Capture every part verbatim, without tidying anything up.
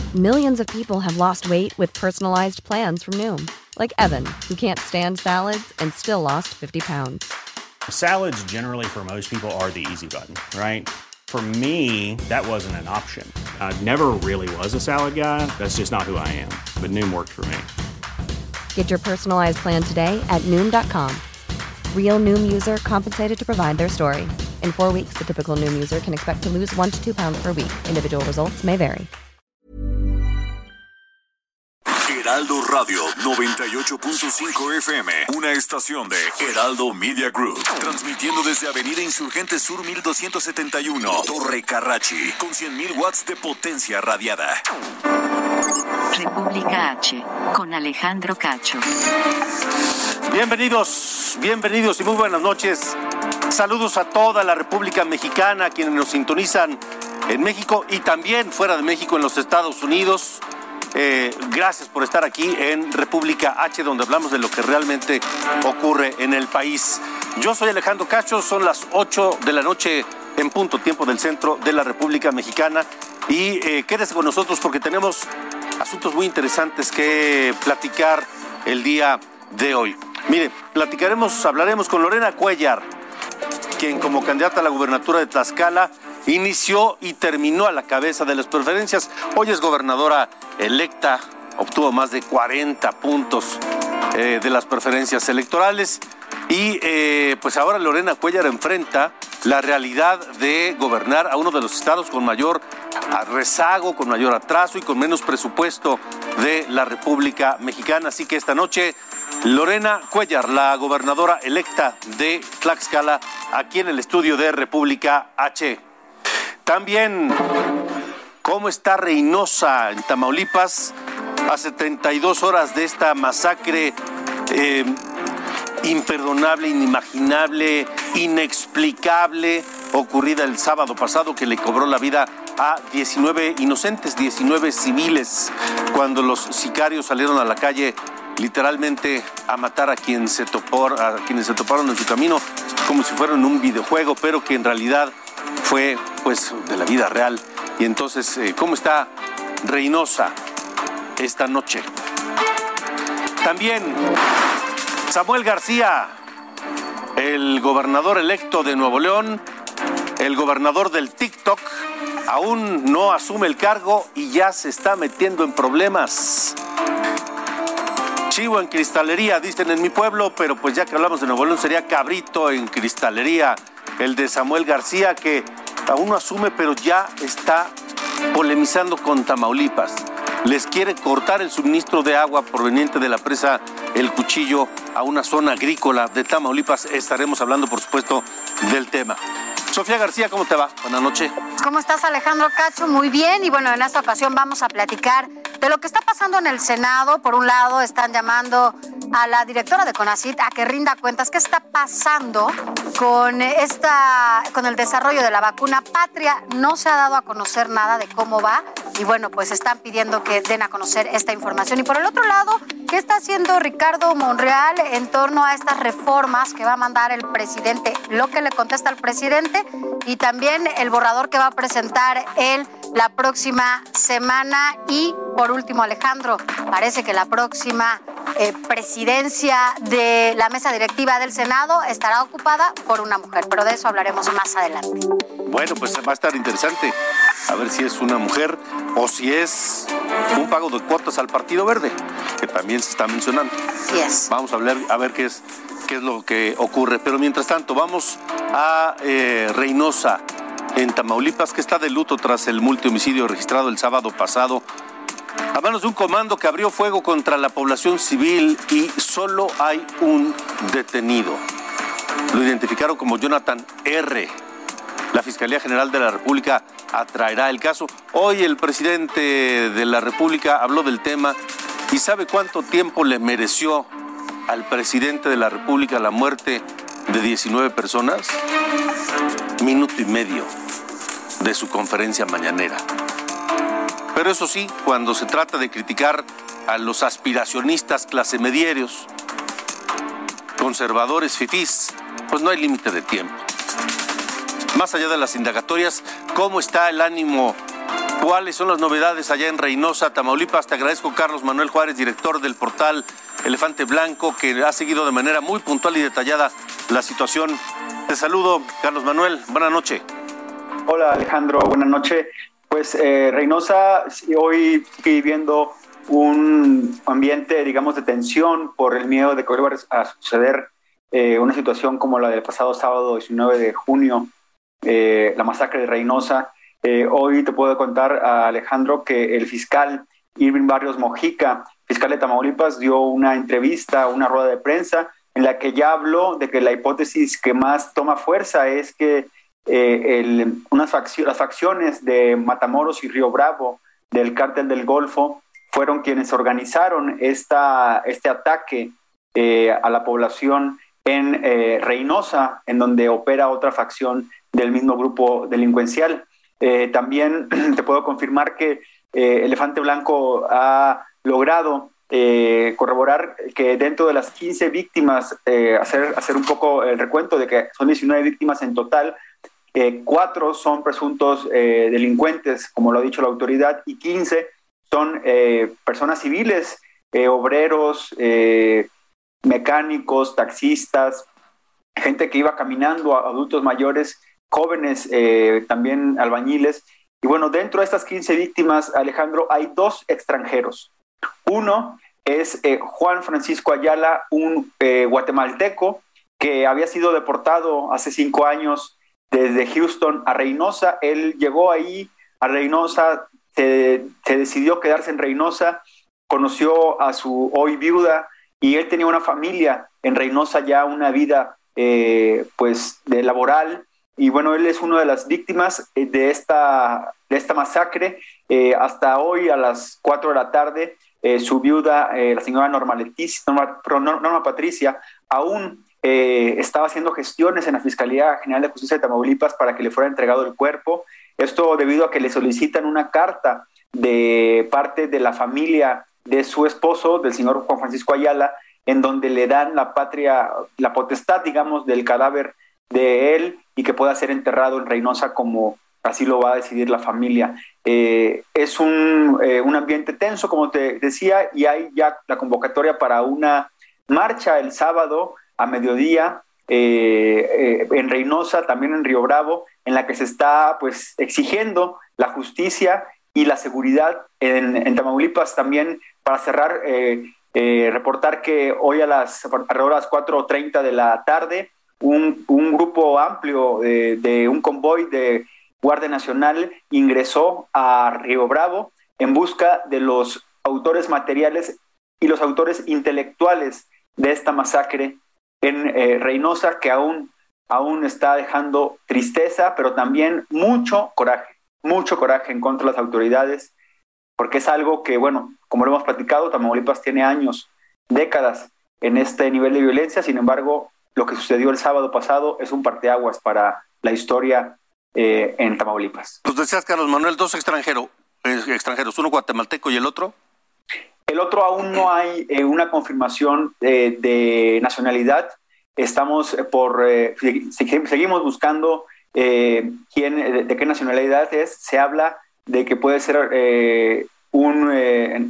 Millions of people have lost weight with personalized plans from Noom. Like Evan, who can't stand salads and still lost fifty pounds. Salads generally for most people are the easy button, right? For me, that wasn't an option. I never really was a salad guy. That's just not who I am. But Noom worked for me. Get your personalized plan today at Noom dot com. Real Noom user compensated to provide their story. In four weeks, the typical Noom user can expect to lose one to two pounds per week. Individual results may vary. Heraldo Radio noventa y ocho punto cinco F M, una estación de Heraldo Media Group, transmitiendo desde Avenida Insurgente Sur mil doscientos setenta y uno, Torre Carrachi, con cien mil watts de potencia radiada. República H, con Alejandro Cacho. Bienvenidos, bienvenidos y muy buenas noches. Saludos a toda la República Mexicana, quienes nos sintonizan en México y también fuera de México, en los Estados Unidos. Eh, gracias por estar aquí en República H, donde hablamos de lo que realmente ocurre en el país. Yo soy Alejandro Cacho, son las ocho de la noche en punto, tiempo del centro de la República Mexicana. Y eh, quédese con nosotros porque tenemos asuntos muy interesantes que platicar el día de hoy. Mire, platicaremos, hablaremos con Lorena Cuéllar, quien como candidata a la gubernatura de Tlaxcala inició y terminó a la cabeza de las preferencias. Hoy es gobernadora electa, obtuvo más de cuarenta puntos eh, de las preferencias electorales y eh, pues ahora Lorena Cuéllar enfrenta la realidad de gobernar a uno de los estados con mayor rezago, con mayor atraso y con menos presupuesto de la República Mexicana. Así que esta noche Lorena Cuéllar, la gobernadora electa de Tlaxcala, aquí en el estudio de República H. También, ¿cómo está Reynosa en Tamaulipas? A setenta y dos horas de esta masacre eh, imperdonable, inimaginable, inexplicable, ocurrida el sábado pasado, que le cobró la vida a diecinueve inocentes, diecinueve civiles, cuando los sicarios salieron a la calle literalmente a matar a, quien se topó, a quienes se toparon en su camino, como si fueran un videojuego, pero que en realidad fue pues de la vida real. Y entonces, eh, ¿cómo está Reynosa esta noche? También Samuel García, el gobernador electo de Nuevo León, el gobernador del TikTok, aún no asume el cargo y ya se está metiendo en problemas. Chivo en cristalería, dicen en mi pueblo, pero pues ya que hablamos de Nuevo León sería cabrito en cristalería, el de Samuel García, que aún no asume, pero ya está polemizando con Tamaulipas. Les quiere cortar el suministro de agua proveniente de la presa El Cuchillo a una zona agrícola de Tamaulipas. Estaremos hablando, por supuesto, del tema. Sofía García, ¿cómo te va? Buenas noches. ¿Cómo estás, Alejandro Cacho? Muy bien, y bueno, en esta ocasión vamos a platicar de lo que está pasando en el Senado. Por un lado, están llamando a la directora de CONACYT a que rinda cuentas. ¿Qué está pasando con esta, con el desarrollo de la vacuna Patria? No se ha dado a conocer nada de cómo va, y bueno, pues están pidiendo que den a conocer esta información. Y por el otro lado, ¿qué está haciendo Ricardo Monreal en torno a estas reformas que va a mandar el presidente? Lo que le contesta al presidente y también el borrador que va a presentar él la próxima semana. Y por último, Alejandro, parece que la próxima eh, presidencia de la mesa directiva del Senado estará ocupada por una mujer, pero de eso hablaremos más adelante. Bueno, pues va a estar interesante a ver si es una mujer o si es un pago de cuotas al Partido Verde, que también se está mencionando. Yes. Vamos a hablar, a ver qué es, qué es lo que ocurre. Pero mientras tanto, vamos a eh, Reynosa, en Tamaulipas, que está de luto tras el multihomicidio registrado el sábado pasado a manos de un comando que abrió fuego contra la población civil y solo hay un detenido. Lo identificaron como Jonathan R. La Fiscalía General de la República atraerá el caso. Hoy el presidente de la República habló del tema y ¿sabe cuánto tiempo le mereció al presidente de la República la muerte de diecinueve personas? Minuto y medio de su conferencia mañanera. Pero eso sí, cuando se trata de criticar a los aspiracionistas clasemedieros, conservadores fifís, pues no hay límite de tiempo. Más allá de las indagatorias, ¿cómo está el ánimo ¿Cuáles son las novedades allá en Reynosa, Tamaulipas? Te agradezco, Carlos Manuel Juárez, director del portal Elefante Blanco, que ha seguido de manera muy puntual y detallada la situación. Te saludo, Carlos Manuel. Buenas noches. Hola, Alejandro. Buenas noches. Pues eh, Reynosa hoy sigue viviendo un ambiente, digamos, de tensión por el miedo de que vuelva a suceder eh, una situación como la del pasado sábado diecinueve de junio, eh, la masacre de Reynosa. Eh, hoy te puedo contar, a Alejandro, que el fiscal Irving Barrios Mojica, fiscal de Tamaulipas, dio una entrevista, una rueda de prensa, en la que ya habló de que la hipótesis que más toma fuerza es que eh, el, unas faccio- las facciones de Matamoros y Río Bravo del Cártel del Golfo fueron quienes organizaron esta, este ataque eh, a la población en eh, Reynosa, en donde opera otra facción del mismo grupo delincuencial. Eh, también te puedo confirmar que eh, Elefante Blanco ha logrado eh, corroborar que dentro de las quince víctimas, eh, hacer, hacer un poco el recuento de que son diecinueve víctimas en total, eh, cuatro son presuntos eh, delincuentes, como lo ha dicho la autoridad, y quince son eh, personas civiles, eh, obreros, eh, mecánicos, taxistas, gente que iba caminando, adultos mayores, jóvenes, eh, también albañiles. Y bueno, dentro de estas quince víctimas, Alejandro, hay dos extranjeros. Uno es eh, Juan Francisco Ayala, un eh, guatemalteco que había sido deportado hace cinco años desde Houston a Reynosa. Él llegó ahí a Reynosa, se, se decidió quedarse en Reynosa, conoció a su hoy viuda y él tenía una familia en Reynosa, ya una vida eh, pues de laboral. Y bueno, él es una de las víctimas de esta, de esta masacre. Eh, hasta hoy a las cuatro de la tarde, eh, su viuda, eh, la señora Norma, Leticia, Norma, Norma Patricia, aún eh, estaba haciendo gestiones en la Fiscalía General de Justicia de Tamaulipas para que le fuera entregado el cuerpo. Esto debido a que le solicitan una carta de parte de la familia de su esposo, del señor Juan Francisco Ayala, en donde le dan la patria, la potestad, digamos, del cadáver de él y que pueda ser enterrado en Reynosa como así lo va a decidir la familia. Eh, es un, eh, un ambiente tenso, como te decía, y hay ya la convocatoria para una marcha el sábado a mediodía eh, eh, en Reynosa, también en Río Bravo, en la que se está pues exigiendo la justicia y la seguridad en, en Tamaulipas. También, para cerrar, eh, eh, reportar que hoy a las alrededor de las cuatro treinta de la tarde Un, un grupo amplio de, de un convoy de Guardia Nacional ingresó a Río Bravo en busca de los autores materiales y los autores intelectuales de esta masacre en eh, Reynosa, que aún, aún está dejando tristeza, pero también mucho coraje, mucho coraje en contra de las autoridades, porque es algo que, bueno, como lo hemos platicado, Tamaulipas tiene años, décadas en este nivel de violencia. Sin embargo, lo que sucedió el sábado pasado es un parteaguas para la historia eh, en Tamaulipas. Pues decías, Carlos Manuel, dos extranjeros, eh, extranjeros, uno guatemalteco y el otro. El otro aún no hay eh, una confirmación eh, de nacionalidad. Estamos por eh, seguimos buscando eh, quién, de, de qué nacionalidad es. Se habla de que puede ser eh, un eh,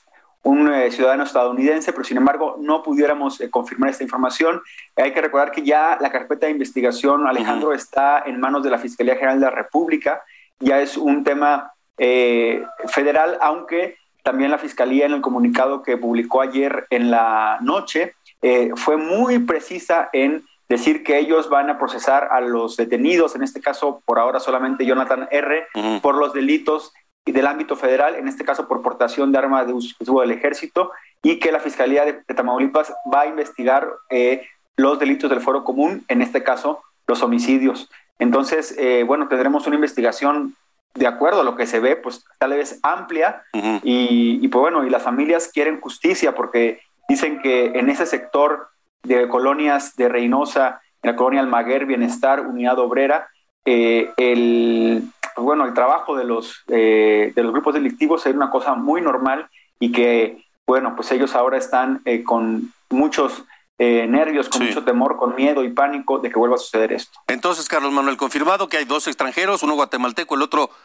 un eh, ciudadano estadounidense, pero sin embargo no pudiéramos eh, confirmar esta información. Hay que recordar que ya la carpeta de investigación, Alejandro, uh-huh. está en manos de la Fiscalía General de la República. Ya es un tema eh, federal, aunque también la Fiscalía, en el comunicado que publicó ayer en la noche, eh, fue muy precisa en decir que ellos van a procesar a los detenidos, en este caso por ahora solamente Jonathan R., uh-huh. por los delitos del ámbito federal, en este caso por portación de armas de uso del ejército, y que la Fiscalía de, de Tamaulipas va a investigar eh, los delitos del fuero común, en este caso los homicidios. Entonces, eh, bueno, tendremos una investigación de acuerdo a lo que se ve, pues tal vez amplia, uh-huh. y, y pues bueno, y las familias quieren justicia porque dicen que en ese sector de colonias de Reynosa, en la colonia Almaguer, Bienestar, Unidad Obrera, eh, el... Pues bueno, el trabajo de los, eh, de los grupos delictivos es una cosa muy normal y que, bueno, pues ellos ahora están eh, con muchos eh, nervios, con sí. mucho temor, con miedo y pánico de que vuelva a suceder esto. Entonces, Carlos Manuel, confirmado que hay dos extranjeros, uno guatemalteco, el otro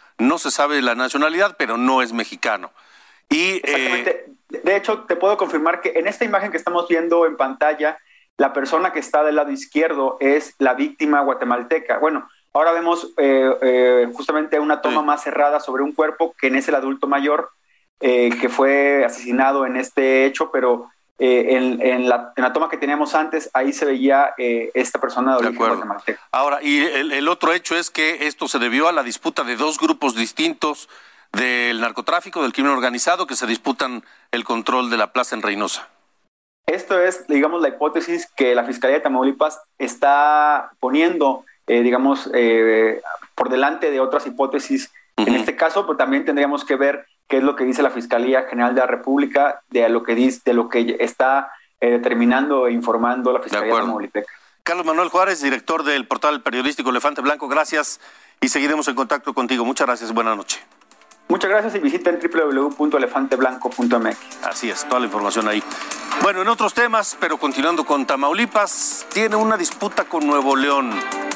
no se sabe la nacionalidad, pero no es mexicano. Y, Exactamente. Eh... De hecho, te puedo confirmar que en esta imagen que estamos viendo en pantalla, la persona que está del lado izquierdo es la víctima guatemalteca. Bueno, ahora vemos eh, eh, justamente una toma sí. más cerrada sobre un cuerpo, que es el adulto mayor, eh, que fue asesinado en este hecho, pero eh, en, en, la, en la toma que teníamos antes, ahí se veía eh, esta persona de origen de guatemalteca. Ahora, y el, el otro hecho es que esto se debió a la disputa de dos grupos distintos del narcotráfico, del crimen organizado, que se disputan el control de la plaza en Reynosa. Esto es, digamos, la hipótesis que la Fiscalía de Tamaulipas está poniendo, eh, digamos, eh, por delante de otras hipótesis. Uh-huh. En este caso, pues también tendríamos que ver qué es lo que dice la Fiscalía General de la República de lo que dice, de lo que está eh, determinando e informando la Fiscalía de Tamaulipeca. Carlos Manuel Juárez, director del portal periodístico Elefante Blanco, gracias y seguiremos en contacto contigo. Muchas gracias, buenas noches. Muchas gracias y visiten doble u doble u doble u punto elefante blanco punto m x. Así es, toda la información ahí. Bueno, en otros temas, pero continuando con Tamaulipas, tiene una disputa con Nuevo León,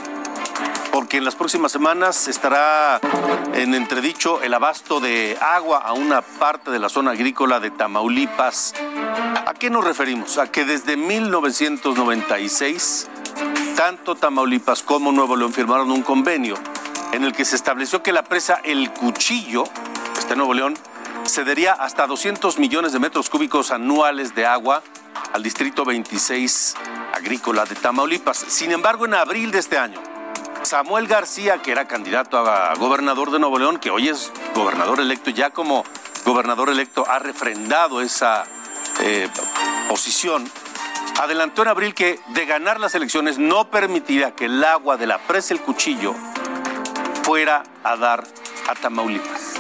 porque en las próximas semanas estará en entredicho el abasto de agua a una parte de la zona agrícola de Tamaulipas. ¿A qué nos referimos? A que desde mil novecientos noventa y seis, tanto Tamaulipas como Nuevo León firmaron un convenio en el que se estableció que la presa El Cuchillo, este en Nuevo León, cedería hasta doscientos millones de metros cúbicos anuales de agua al Distrito veintiséis agrícola de Tamaulipas. Sin embargo, en abril de este año, Samuel García, que era candidato a gobernador de Nuevo León, que hoy es gobernador electo, ya como gobernador electo ha refrendado esa eh, posición, adelantó en abril que de ganar las elecciones no permitiría que el agua de la presa El Cuchillo fuera a dar a Tamaulipas.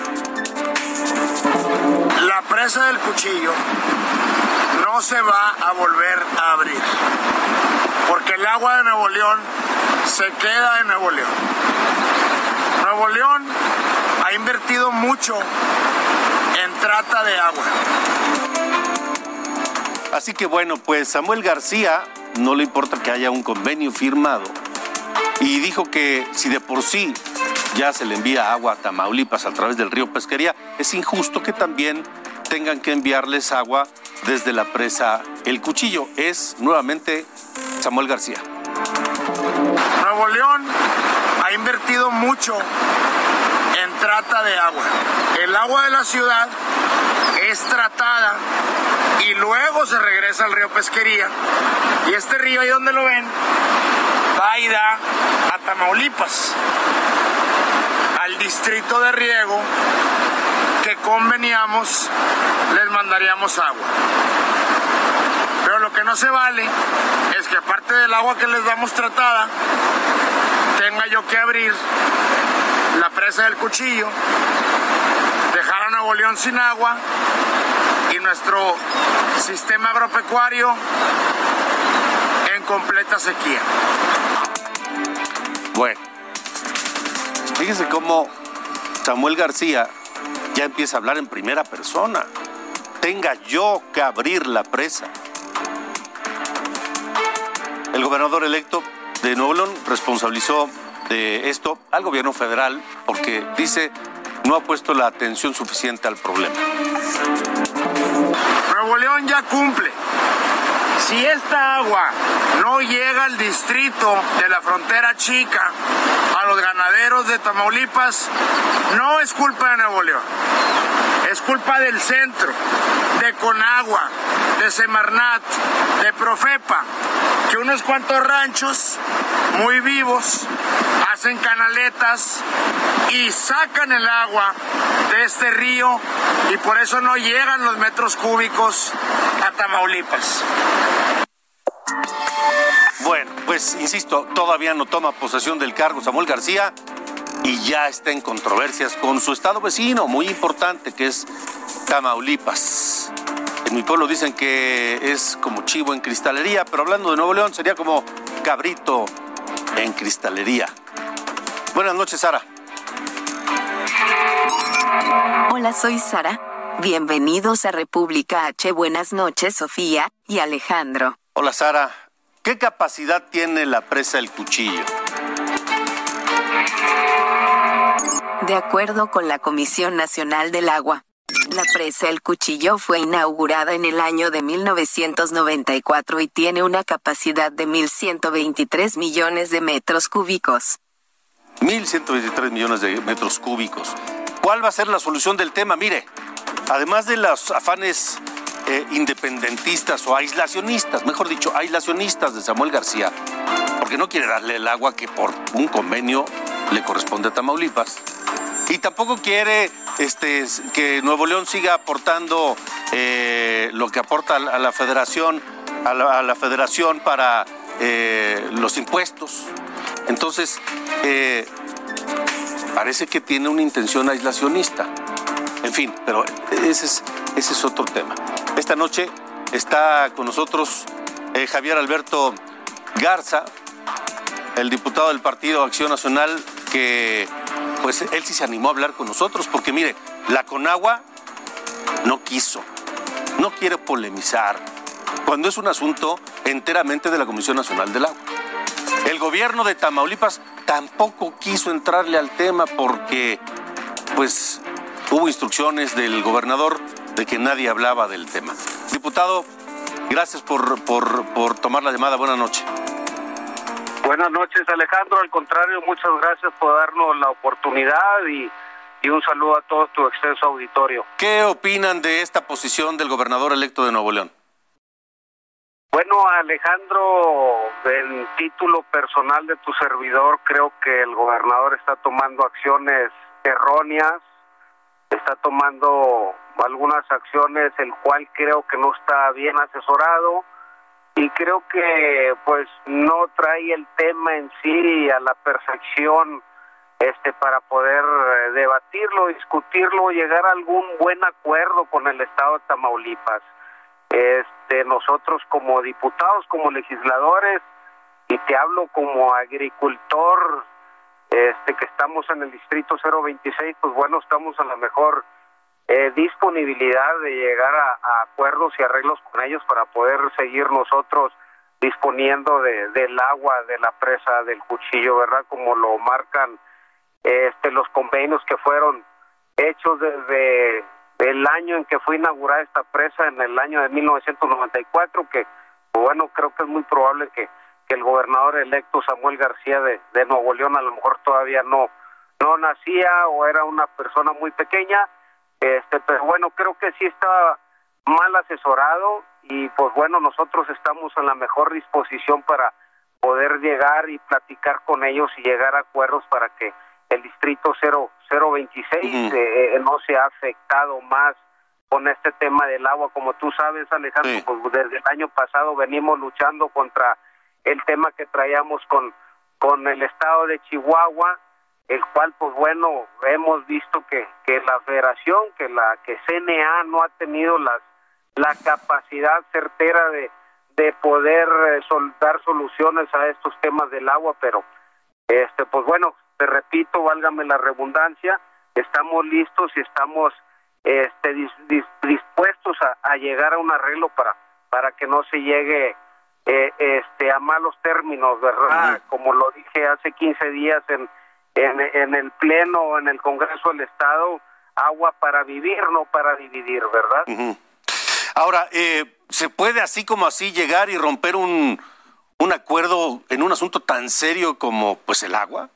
La presa del Cuchillo no se va a volver a abrir, porque el agua de Nuevo León se queda en Nuevo León. Nuevo León ha invertido mucho en trata de agua. Así que bueno, pues Samuel García no le importa que haya un convenio firmado y dijo que si de por sí ya se le envía agua a Tamaulipas a través del río Pesquería, es injusto que también tengan que enviarles agua desde la presa El Cuchillo. Es nuevamente Samuel García. Nuevo León ha invertido mucho en trata de agua. El agua de la ciudad es tratada y luego se regresa al río Pesquería. Y este río, ahí donde lo ven, va y da a Tamaulipas, al distrito de riego que conveníamos, les mandaríamos agua. Pero lo que no se vale es que aparte del agua que les damos tratada, tenga yo que abrir la presa del Cuchillo, dejar a Nuevo León sin agua y nuestro sistema agropecuario en completa sequía. Bueno, fíjese cómo Samuel García ya empieza a hablar en primera persona. Tenga yo que abrir la presa. El gobernador electo de Nuevo León responsabilizó de esto al gobierno federal porque dice no ha puesto la atención suficiente al problema. Nuevo León ya cumple. Si esta agua no llega al distrito de la frontera chica, a los ganaderos de Tamaulipas, no es culpa de Nuevo León, es culpa del centro, de Conagua, de Semarnat, de Profepa, que unos cuantos ranchos muy vivos hacen canaletas y sacan el agua de este río y por eso no llegan los metros cúbicos a Tamaulipas. Bueno, pues insisto, todavía no toma posesión del cargo Samuel García y ya está en controversias con su estado vecino, muy importante, que es Tamaulipas. En mi pueblo dicen que es como chivo en cristalería, pero hablando de Nuevo León sería como cabrito en cristalería. Buenas noches, Sara. Hola, soy Sara. Bienvenidos a República H. Buenas noches, Sofía y Alejandro. Hola, Sara. ¿Qué capacidad tiene la presa El Cuchillo? De acuerdo con la Comisión Nacional del Agua, la presa El Cuchillo fue inaugurada en el año de mil novecientos noventa y cuatro y tiene una capacidad de mil ciento veintitrés millones de metros cúbicos. mil ciento veintitrés millones de metros cúbicos. ¿Cuál va a ser la solución del tema? Mire, además de los afanes eh, independentistas o aislacionistas, mejor dicho, aislacionistas de Samuel García, porque no quiere darle el agua que por un convenio le corresponde a Tamaulipas, y tampoco quiere este, que Nuevo León siga aportando eh, lo que aporta a la Federación, a la, a la Federación para eh, los impuestos. Entonces, eh, parece que tiene una intención aislacionista. En fin, pero ese es, ese es otro tema. Esta noche está con nosotros eh, Javier Alberto Garza, el diputado del Partido Acción Nacional, que pues él sí se animó a hablar con nosotros, porque mire, la Conagua no quiso, no quiere polemizar, cuando es un asunto enteramente de la Comisión Nacional del Agua. El gobierno de Tamaulipas tampoco quiso entrarle al tema porque pues hubo instrucciones del gobernador de que nadie hablaba del tema. Diputado, gracias por, por, por tomar la llamada. Buenas noches. Buenas noches, Alejandro. Al contrario, muchas gracias por darnos la oportunidad y, y un saludo a todo tu extenso auditorio. ¿Qué opinan de esta posición del gobernador electo de Nuevo León? Bueno, Alejandro, en título personal de tu servidor, creo que el gobernador está tomando acciones erróneas, está tomando algunas acciones el cual creo que no está bien asesorado y creo que pues no trae el tema en sí a la perfección este para poder debatirlo, discutirlo, llegar a algún buen acuerdo con el estado de Tamaulipas. Este, nosotros como diputados, como legisladores, y te hablo como agricultor, este, que estamos en el distrito cero veintiséis, pues bueno, estamos a la mejor eh, disponibilidad de llegar a, a acuerdos y arreglos con ellos para poder seguir nosotros disponiendo de, del agua de la presa del Cuchillo, ¿verdad? Como lo marcan este, los convenios que fueron hechos desde el año en que fue inaugurada esta presa, en el año de mil novecientos noventa y cuatro, que bueno, creo que es muy probable que, que el gobernador electo Samuel García de, de Nuevo León a lo mejor todavía no, no nacía o era una persona muy pequeña, este, pero bueno, creo que sí está mal asesorado y pues bueno, nosotros estamos en la mejor disposición para poder llegar y platicar con ellos y llegar a acuerdos para que el distrito cero veintiséis uh-huh. eh, no se ha afectado más con este tema del agua. Como tú sabes, Alejandro, sí. Pues desde el año pasado venimos luchando contra el tema que traíamos con, con el estado de Chihuahua, el cual, pues bueno, hemos visto que, que la federación, que la que C N A no ha tenido las la capacidad certera de, de poder eh, sol, dar soluciones a estos temas del agua, pero este pues bueno, te repito, válgame la redundancia, estamos listos y estamos este, dis, dis, dispuestos a, a llegar a un arreglo para para que no se llegue eh, este a malos términos, ¿verdad? Uh-huh. Como lo dije hace quince días en, en, en el Pleno, en el Congreso del Estado, agua para vivir, no para dividir, ¿verdad? Uh-huh. Ahora, eh, ¿se puede así como así llegar y romper un, un acuerdo en un asunto tan serio como pues el agua?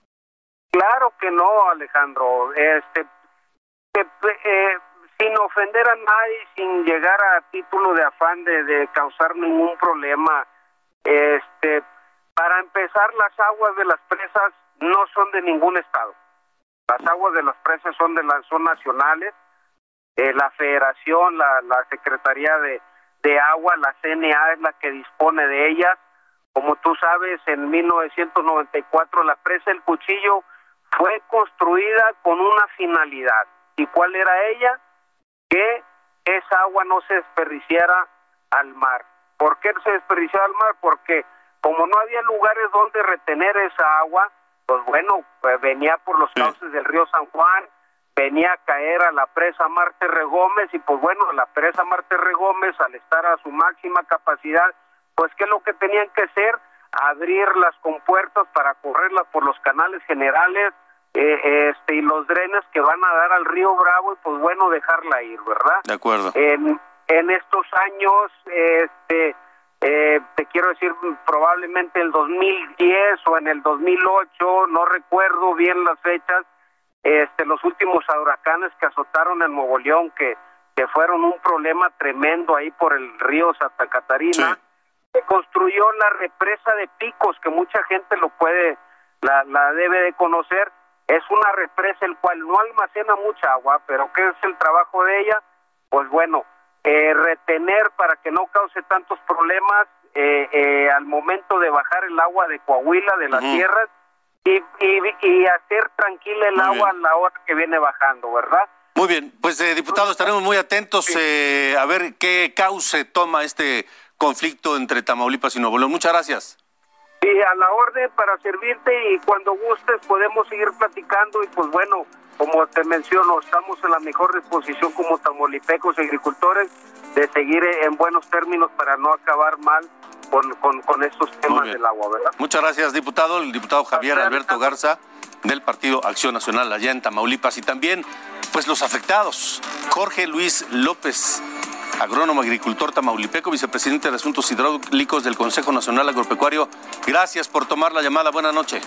Claro que no, Alejandro. Este, eh, eh, sin ofender a nadie, sin llegar a título de afán de, de causar ningún problema, este, para empezar, las aguas de las presas no son de ningún estado. Las aguas de las presas son de las son nacionales. Eh, la Federación, la, la Secretaría de, de Agua, la C N A es la que dispone de ellas. Como tú sabes, en mil novecientos noventa y cuatro la presa El Cuchillo fue construida con una finalidad. ¿Y cuál era ella? Que esa agua no se desperdiciara al mar. ¿Por qué se desperdiciaba al mar? Porque como no había lugares donde retener esa agua, pues bueno, pues venía por los cauces del río San Juan, venía a caer a la presa Marte Regómez y pues bueno, la presa Marte Regómez al estar a su máxima capacidad, pues ¿qué es lo que tenían que hacer? Abrir las compuertas para correrlas por los canales generales eh, este y los drenes que van a dar al río Bravo, y pues bueno, dejarla ir, ¿verdad? De acuerdo. En, en estos años, este, eh, te quiero decir, probablemente el dos mil diez o en el dos mil ocho, no recuerdo bien las fechas, este, los últimos huracanes que azotaron en Nuevo León, que, que fueron un problema tremendo ahí por el río Santa Catarina, sí. Se construyó la represa de Picos, que mucha gente lo puede, la, la debe de conocer. Es una represa el cual no almacena mucha agua, pero ¿qué es el trabajo de ella? Pues bueno, eh, retener para que no cause tantos problemas eh, eh, al momento de bajar el agua de Coahuila, de las uh-huh. tierras, y, y, y hacer tranquila el muy agua bien. A la hora que viene bajando, ¿verdad? Muy bien, pues eh, diputado, estaremos muy atentos sí. eh, a ver qué cauce toma este conflicto entre Tamaulipas y Nuevo León. Muchas gracias. Sí, a la orden para servirte, y cuando gustes podemos seguir platicando, y pues bueno, como te menciono, estamos en la mejor disposición como tamaulipecos y agricultores de seguir en buenos términos para no acabar mal con, con, con estos temas del agua, ¿verdad? Muchas gracias, diputado. El diputado Javier Alberto Garza, del Partido Acción Nacional allá en Tamaulipas, y también pues los afectados. Jorge Luis López, agrónomo agricultor tamaulipeco, vicepresidente de Asuntos Hidráulicos del Consejo Nacional Agropecuario. Gracias por tomar la llamada. Buenas noches.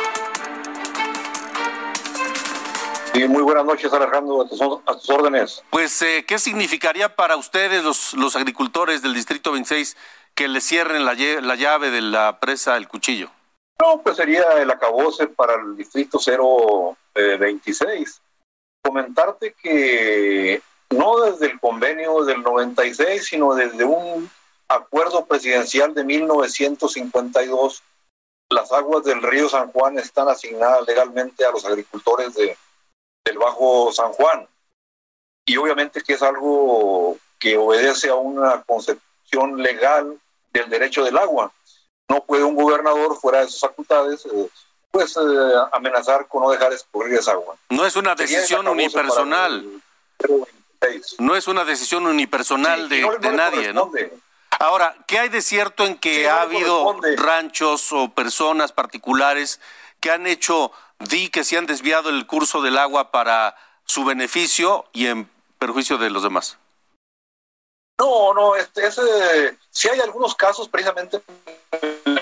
Sí, muy buenas noches, Alejandro, a tus, a tus órdenes. Pues, eh, ¿qué significaría para ustedes, los, los agricultores del Distrito veintiséis, que le cierren la, la llave de la presa El Cuchillo? No, pues sería el acabose para el Distrito cero veintiséis. Comentarte que no desde el convenio del noventa y seis, sino desde un acuerdo presidencial de mil novecientos cincuenta y dos, las aguas del río San Juan están asignadas legalmente a los agricultores de, del Bajo San Juan. Y obviamente que es algo que obedece a una concepción legal del derecho del agua. No puede un gobernador, fuera de sus facultades, eh, pues eh, amenazar con no dejar escurrir esa agua. No es una decisión unipersonal. No es una decisión unipersonal sí, de, no, no de nadie, ¿no? Ahora, ¿qué hay de cierto en que sí, ha no habido ranchos o personas particulares que han hecho diques y han desviado el curso del agua para su beneficio y en perjuicio de los demás? No, no, este, ese, sí hay algunos casos precisamente en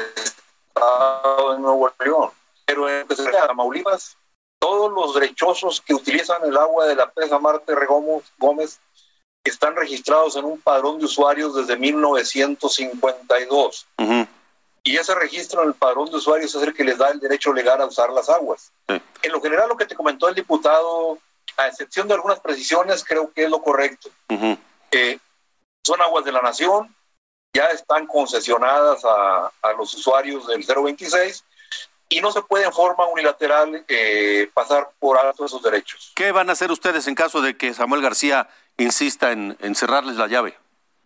Nuevo León, pero en Tamaulipas, todos los derechosos que utilizan el agua de la presa Marte Gómez están registrados en un padrón de usuarios desde mil novecientos cincuenta y dos. Uh-huh. Y ese registro en el padrón de usuarios es el que les da el derecho legal a usar las aguas. Sí. En lo general, lo que te comentó el diputado, a excepción de algunas precisiones, creo que es lo correcto. Uh-huh. Eh, son aguas de la nación, ya están concesionadas a, a los usuarios del cero veintiséis, y no se puede en forma unilateral eh, pasar por alto esos derechos. ¿Qué van a hacer ustedes en caso de que Samuel García insista en, en cerrarles la llave?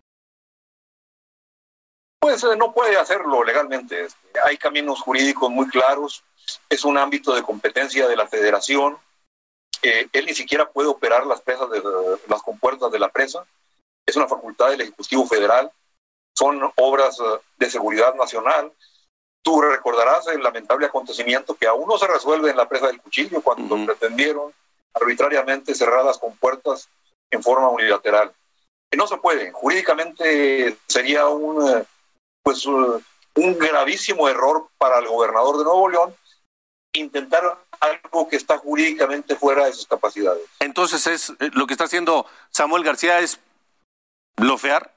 Pues eh, no puede hacerlo legalmente. Hay caminos jurídicos muy claros, es un ámbito de competencia de la Federación. Eh, él ni siquiera puede operar las presas de, de las compuertas de la presa. Es una facultad del Ejecutivo Federal. Son obras uh, de seguridad nacional. Tú recordarás el lamentable acontecimiento que aún no se resuelve en la presa del Cuchillo, cuando uh-huh. pretendieron arbitrariamente cerrar las compuertas en forma unilateral. Que no se puede. Jurídicamente sería un, pues, un gravísimo error para el gobernador de Nuevo León intentar algo que está jurídicamente fuera de sus capacidades. Entonces, es lo que está haciendo Samuel García es blofear.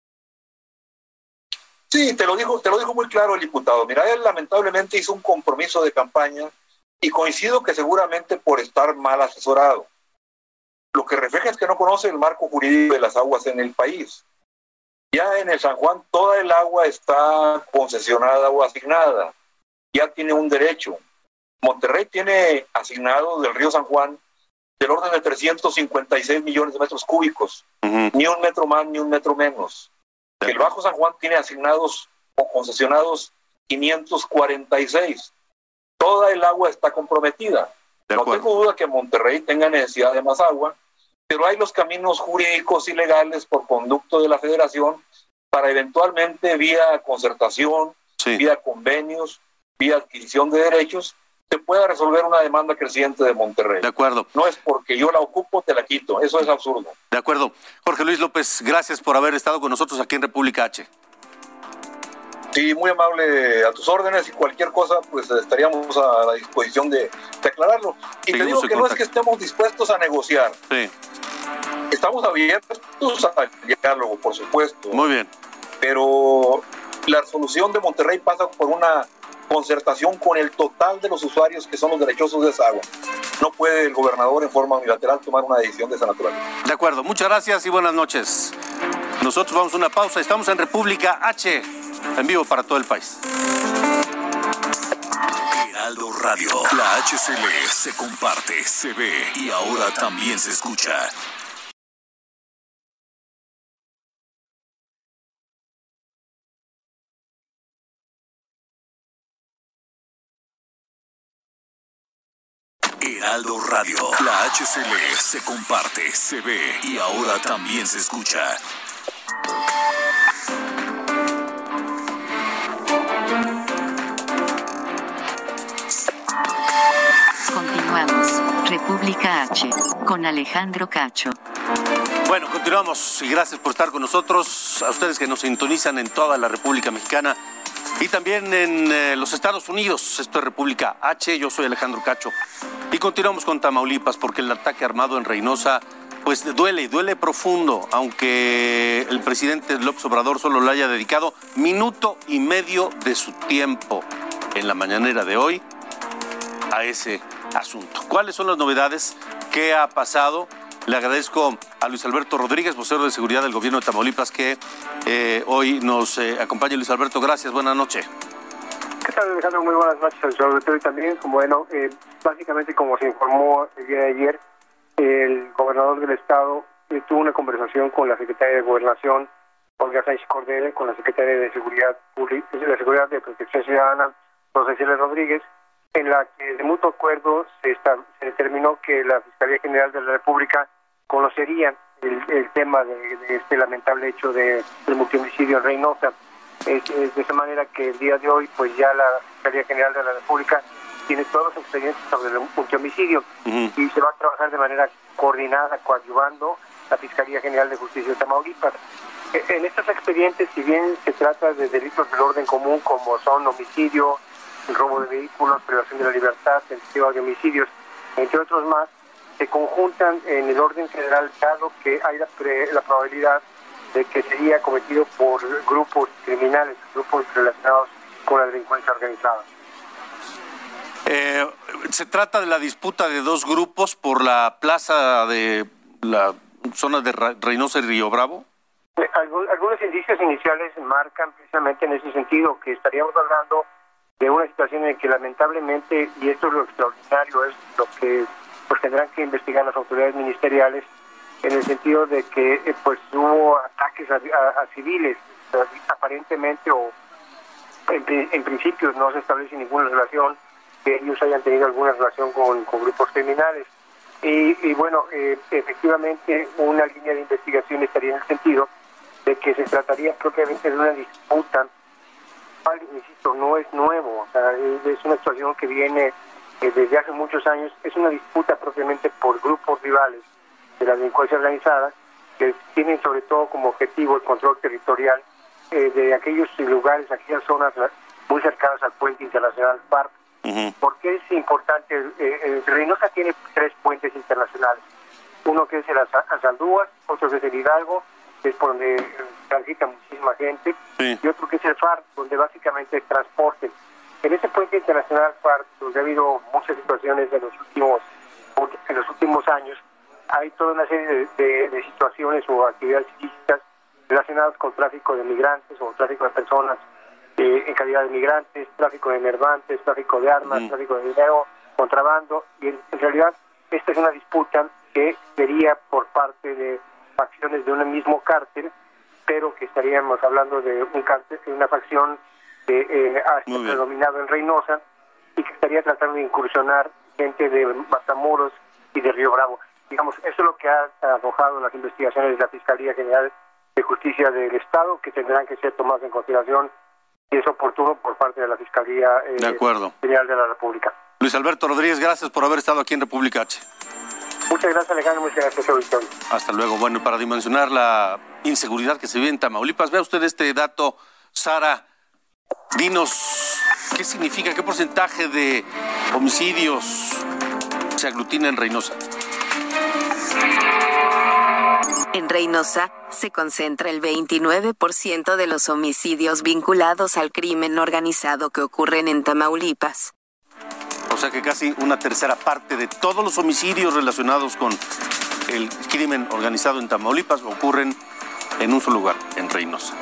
Sí, te lo dijo, te lo dijo muy claro el diputado. Mira, él lamentablemente hizo un compromiso de campaña y coincido que seguramente por estar mal asesorado. Lo que refleja es que no conoce el marco jurídico de las aguas en el país. Ya en el San Juan toda el agua está concesionada o asignada. Ya tiene un derecho. Monterrey tiene asignado del río San Juan del orden de trescientos cincuenta y seis millones de metros cúbicos. Uh-huh. Ni un metro más, ni un metro menos. El Bajo San Juan tiene asignados o concesionados quinientos cuarenta y seis. Toda el agua está comprometida. No tengo duda que Monterrey tenga necesidad de más agua, pero hay los caminos jurídicos y legales por conducto de la Federación para eventualmente vía concertación, sí. vía convenios, vía adquisición de derechos, se pueda resolver una demanda creciente de Monterrey. De acuerdo. No es porque yo la ocupo, te la quito. Eso es absurdo. De acuerdo. Jorge Luis López, gracias por haber estado con nosotros aquí en República H. Sí, muy amable, a tus órdenes, y cualquier cosa, pues estaríamos a la disposición de, de aclararlo. Y te digo que no es que estemos dispuestos a negociar. Sí. Estamos abiertos al diálogo, por supuesto. Muy bien. Pero la solución de Monterrey pasa por una concertación con el total de los usuarios que son los derechosos de esa agua. No puede el gobernador en forma unilateral tomar una decisión de esa naturaleza. De acuerdo, muchas gracias y buenas noches. Nosotros vamos a una pausa, estamos en República H, en vivo para todo el país. Heraldo Radio, la H C L se comparte, se ve y ahora también se escucha. Heraldo Radio, la H C L se comparte, se ve y ahora también se escucha. Continuamos. República H, con Alejandro Cacho. Bueno, continuamos y gracias por estar con nosotros, a ustedes que nos sintonizan en toda la República Mexicana y también en eh, los Estados Unidos. Esto es República H, yo soy Alejandro Cacho. Y continuamos con Tamaulipas, porque el ataque armado en Reynosa pues duele, duele profundo, aunque el presidente López Obrador solo le haya dedicado minuto y medio de su tiempo en la mañanera de hoy a ese asunto. ¿Cuáles son las novedades? ¿Qué ha pasado? Le agradezco a Luis Alberto Rodríguez, vocero de seguridad del gobierno de Tamaulipas, que eh, hoy nos eh, acompaña. Luis Alberto, gracias, buenas noches. ¿Qué tal, Alejandro? Muy buenas noches al señor también. Bueno, eh, básicamente, como se informó el día de ayer, el gobernador del estado eh, tuvo una conversación con la secretaria de Gobernación, Olga Sánchez Cordero, con la secretaria de Seguridad Pública, de la Seguridad de Protección Ciudadana, Rosa Isela Rodríguez, en la que de mutuo acuerdo se, está, se determinó que la Fiscalía General de la República conocería el, el tema de, de este lamentable hecho de, del multihomicidio en Reynosa. Es, es de esa manera que el día de hoy pues ya la Fiscalía General de la República tiene todos los expedientes sobre el multihomicidio uh-huh. y se va a trabajar de manera coordinada, coadyuvando la Fiscalía General de Justicia de Tamaulipas. En estos expedientes, si bien se trata de delitos del orden común como son homicidio, el robo de vehículos, privación de la libertad, tentativa de homicidios, entre otros más, se conjuntan en el orden federal, dado que hay la, pre, la probabilidad de que sería cometido por grupos criminales, grupos relacionados con la delincuencia organizada. Eh, se trata de la disputa de dos grupos por la plaza de la zona de Reynosa y Río Bravo. Eh, algún, algunos indicios iniciales marcan precisamente en ese sentido, que estaríamos hablando de una situación en que lamentablemente, y esto es lo extraordinario, es lo que pues tendrán que investigar las autoridades ministeriales, en el sentido de que eh, pues hubo ataques a, a, a civiles, aparentemente, o en, en principio no se establece ninguna relación, que ellos hayan tenido alguna relación con, con grupos criminales. Y, y bueno, eh, efectivamente una línea de investigación estaría en el sentido de que se trataría propiamente de una disputa, insisto, no es nuevo, o sea, es una situación que viene eh, desde hace muchos años, es una disputa propiamente por grupos rivales de la delincuencia organizada, que tienen sobre todo como objetivo el control territorial eh, de aquellos lugares, aquellas zonas muy cercanas al puente internacional FARC. Uh-huh. ¿Por qué es importante? Eh, eh, Reynosa tiene tres puentes internacionales, uno que es el Azaldúas, otro que es el Hidalgo, que es por donde transita muchísima gente, sí. y otro que es el FARC, donde básicamente es transporte. En ese puente internacional FARC, donde ha habido muchas situaciones en los últimos, en los últimos años, hay toda una serie de, de, de situaciones o actividades ilícitas relacionadas con tráfico de migrantes o tráfico de personas eh, en calidad de migrantes, tráfico de mercantes, tráfico de armas, mm. tráfico de dinero, contrabando, y en, en realidad esta es una disputa que sería por parte de facciones de un mismo cártel, pero que estaríamos hablando de un cártel, de una facción que eh, ha predominado en Reynosa y que estaría tratando de incursionar gente de Matamoros y de Río Bravo. Digamos, eso es lo que ha arrojado las investigaciones de la Fiscalía General de Justicia del Estado, que tendrán que ser tomadas en consideración y es oportuno por parte de la Fiscalía eh, de acuerdo. General de la República. Luis Alberto Rodríguez, gracias por haber estado aquí en República H. Muchas gracias, Alejandro. Muchas gracias, auditorio. Hasta luego. Bueno, para dimensionar la inseguridad que se vive en Tamaulipas, vea usted este dato. Sara, dinos, ¿qué significa, qué porcentaje de homicidios se aglutina en Reynosa? En Reynosa se concentra el veintinueve por ciento de los homicidios vinculados al crimen organizado que ocurren en Tamaulipas. O sea que casi una tercera parte de todos los homicidios relacionados con el crimen organizado en Tamaulipas ocurren en un solo lugar, en Reynosa.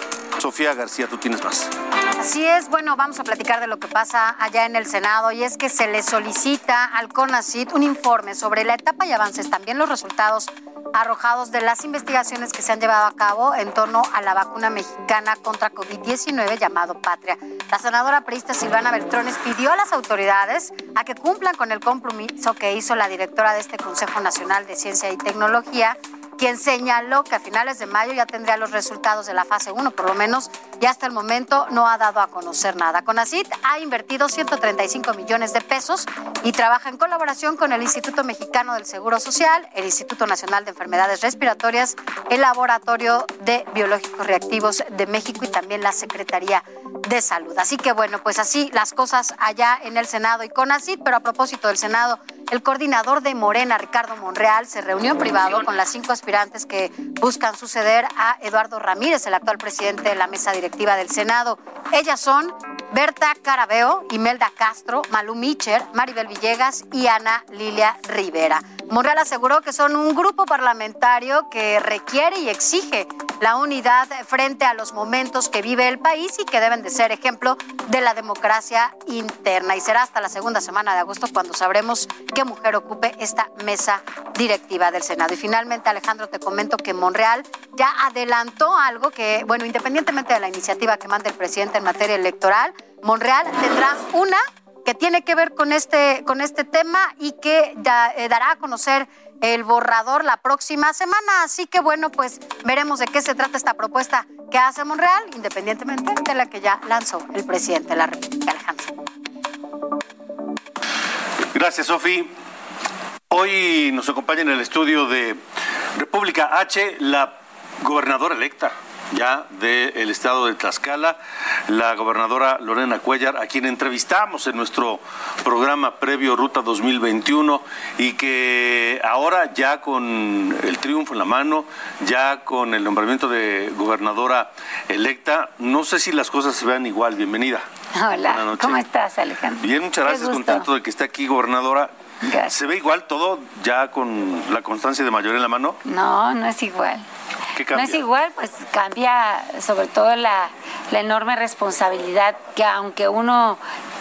Sofía García, tú tienes más. Así es, bueno, vamos a platicar de lo que pasa allá en el Senado, y es que se le solicita al CONACYT un informe sobre la etapa y avances, también los resultados arrojados de las investigaciones que se han llevado a cabo en torno a la vacuna mexicana contra COVID diecinueve llamado Patria. La senadora priista Silvana Beltrones pidió a las autoridades a que cumplan con el compromiso que hizo la directora de este Consejo Nacional de Ciencia y Tecnología, quien señaló que a finales de mayo ya tendría los resultados de la fase uno, por lo menos, y hasta el momento no ha dado a conocer nada. CONACYT ha invertido ciento treinta y cinco millones de pesos y trabaja en colaboración con el Instituto Mexicano del Seguro Social, el Instituto Nacional de Enfermedades Respiratorias, el Laboratorio de Biológicos Reactivos de México y también la Secretaría de Salud. Así que bueno, pues así las cosas allá en el Senado y CONACYT. Pero a propósito del Senado, el coordinador de Morena, Ricardo Monreal, se reunió en privado con las cinco aspirantes que buscan suceder a Eduardo Ramírez, el actual presidente de la mesa directiva del Senado. Ellas son Berta Carabeo, Imelda Castro, Malú Micher, Maribel Villegas y Ana Lilia Rivera. Monreal aseguró que son un grupo parlamentario que requiere y exige la unidad frente a los momentos que vive el país y que deben de ser ejemplo de la democracia interna. Y será hasta la segunda semana de agosto cuando sabremos qué mujer ocupe esta mesa directiva del Senado. Y finalmente, Alejandro, te comento que Monreal ya adelantó algo que, bueno, independientemente de la iniciativa que mande el presidente en materia electoral, Monreal tendrá una que tiene que ver con este, con este tema y que da, eh, dará a conocer el borrador la próxima semana. Así que bueno, pues veremos de qué se trata esta propuesta que hace Monreal, independientemente de la que ya lanzó el presidente de la República, Alejandro. Gracias, Sofi. Hoy nos acompaña en el estudio de República H la gobernadora electa ya del estado de Tlaxcala, la gobernadora Lorena Cuéllar, a quien entrevistamos en nuestro programa previo Ruta dos mil veintiuno y que ahora ya con el triunfo en la mano, ya con el nombramiento de gobernadora electa, no sé si las cosas se vean igual. Bienvenida. Hola, ¿cómo estás, Alejandro? Bien, muchas gracias, contento de que esté aquí, gobernadora. Gracias. ¿Se ve igual todo ya con la constancia de mayoría en la mano? No, no es igual. ¿Qué cambia? No es igual, pues cambia sobre todo la, la enorme responsabilidad que aunque uno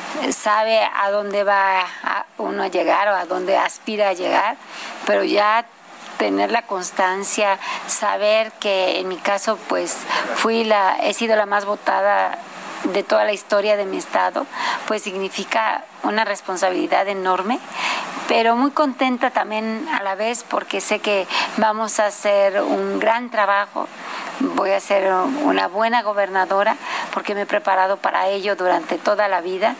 sabe a dónde va a uno a llegar o a dónde aspira a llegar, pero ya tener la constancia, saber que en mi caso pues fui la, he sido la más votada de toda la historia de mi estado, pues significa una responsabilidad enorme, pero muy contenta también a la vez porque sé que vamos a hacer un gran trabajo, voy a ser una buena gobernadora porque me he preparado para ello durante toda la vida